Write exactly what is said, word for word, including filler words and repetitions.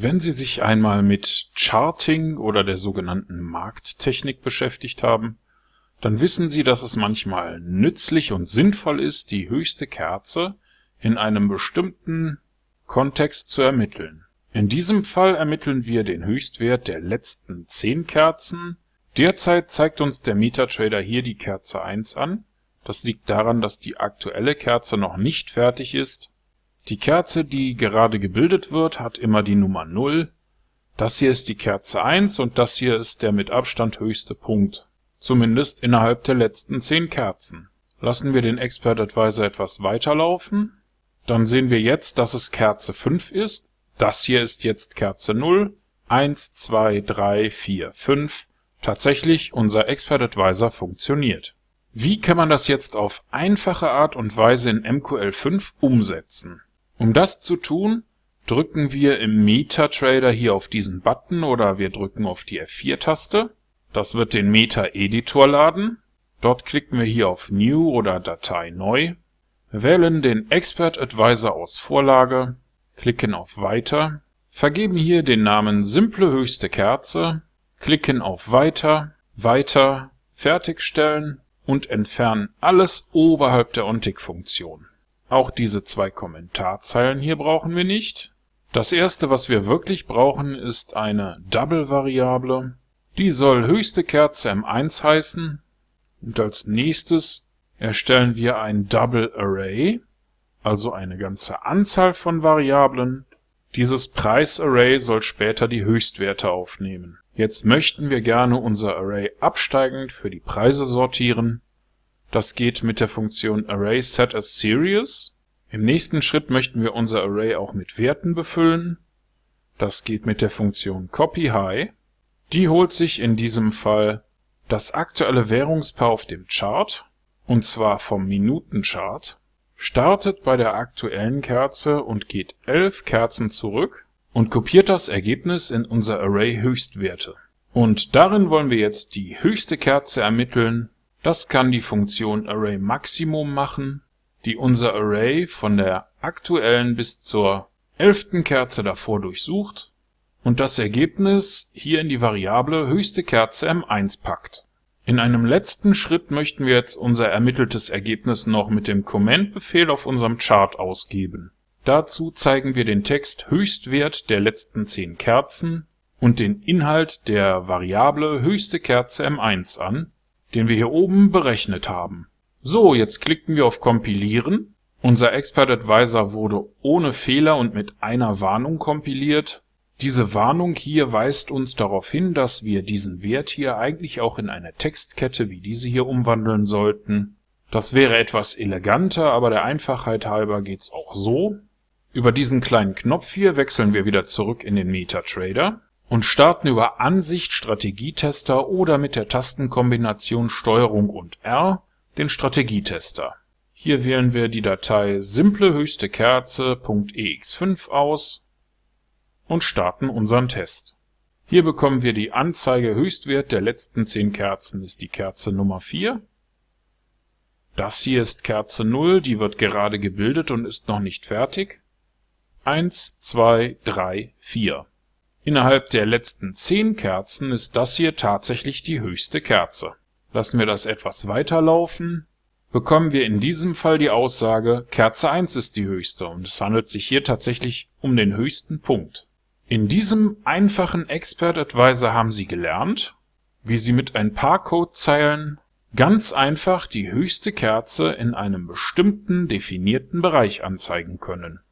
Wenn Sie sich einmal mit Charting oder der sogenannten Markttechnik beschäftigt haben, dann wissen Sie, dass es manchmal nützlich und sinnvoll ist, die höchste Kerze in einem bestimmten Kontext zu ermitteln. In diesem Fall ermitteln wir den Höchstwert der letzten zehn Kerzen. Derzeit zeigt uns der MetaTrader hier die Kerze eins an. Das liegt daran, dass die aktuelle Kerze noch nicht fertig ist. Die Kerze, die gerade gebildet wird, hat immer die Nummer null. Das hier ist die Kerze eins und das hier ist der mit Abstand höchste Punkt. Zumindest innerhalb der letzten zehn Kerzen. Lassen wir den Expert Advisor etwas weiterlaufen. Dann sehen wir jetzt, dass es Kerze fünf ist. Das hier ist jetzt Kerze null. eins, zwei, drei, vier, fünf. Tatsächlich, unser Expert Advisor funktioniert. Wie kann man das jetzt auf einfache Art und Weise in M Q L fünf umsetzen? Um das zu tun, drücken wir im MetaTrader hier auf diesen Button oder wir drücken auf die F vier Taste. Das wird den Meta-Editor laden. Dort klicken wir hier auf New oder Datei neu, wählen den Expert Advisor aus Vorlage, klicken auf Weiter, vergeben hier den Namen Simple höchste Kerze, klicken auf Weiter, Weiter, Fertigstellen und entfernen alles oberhalb der OnTick-Funktion. Auch diese zwei Kommentarzeilen hier brauchen wir nicht. Das erste, was wir wirklich brauchen, ist eine Double-Variable. Die soll höchste Kerze M eins heißen. Und als nächstes erstellen wir ein Double Array, also eine ganze Anzahl von Variablen. Dieses Preis-Array soll später die Höchstwerte aufnehmen. Jetzt möchten wir gerne unser Array absteigend für die Preise sortieren. Das geht mit der Funktion ArraySetAsSeries. Im nächsten Schritt möchten wir unser Array auch mit Werten befüllen. Das geht mit der Funktion CopyHigh. Die holt sich in diesem Fall das aktuelle Währungspaar auf dem Chart, und zwar vom Minutenchart, startet bei der aktuellen Kerze und geht elf Kerzen zurück und kopiert das Ergebnis in unser Array Höchstwerte. Und darin wollen wir jetzt die höchste Kerze ermitteln. Das kann die Funktion ArrayMaximum machen, die unser Array von der aktuellen bis zur elften Kerze davor durchsucht und das Ergebnis hier in die Variable höchste Kerze M eins packt. In einem letzten Schritt möchten wir jetzt unser ermitteltes Ergebnis noch mit dem Comment-Befehl auf unserem Chart ausgeben. Dazu zeigen wir den Text Höchstwert der letzten zehn Kerzen und den Inhalt der Variable höchste Kerze M eins an, den wir hier oben berechnet haben. So, jetzt klicken wir auf Kompilieren. Unser Expert Advisor wurde ohne Fehler und mit einer Warnung kompiliert. Diese Warnung hier weist uns darauf hin, dass wir diesen Wert hier eigentlich auch in eine Textkette wie diese hier umwandeln sollten. Das wäre etwas eleganter, aber der Einfachheit halber geht's auch so. Über diesen kleinen Knopf hier wechseln wir wieder zurück in den MetaTrader und starten über Ansicht Strategietester oder mit der Tastenkombination Steuerung und R den Strategietester. Hier wählen wir die Datei simple höchste Kerze.ex fünf aus und starten unseren Test. Hier bekommen wir die Anzeige Höchstwert der letzten zehn Kerzen ist die Kerze Nummer vier. Das hier ist Kerze null, die wird gerade gebildet und ist noch nicht fertig. eins, zwei, drei, vier. Innerhalb der letzten zehn Kerzen ist das hier tatsächlich die höchste Kerze. Lassen wir das etwas weiterlaufen, bekommen wir in diesem Fall die Aussage, Kerze eins ist die höchste und es handelt sich hier tatsächlich um den höchsten Punkt. In diesem einfachen Expert Advisor haben Sie gelernt, wie Sie mit ein paar Codezeilen ganz einfach die höchste Kerze in einem bestimmten definierten Bereich anzeigen können.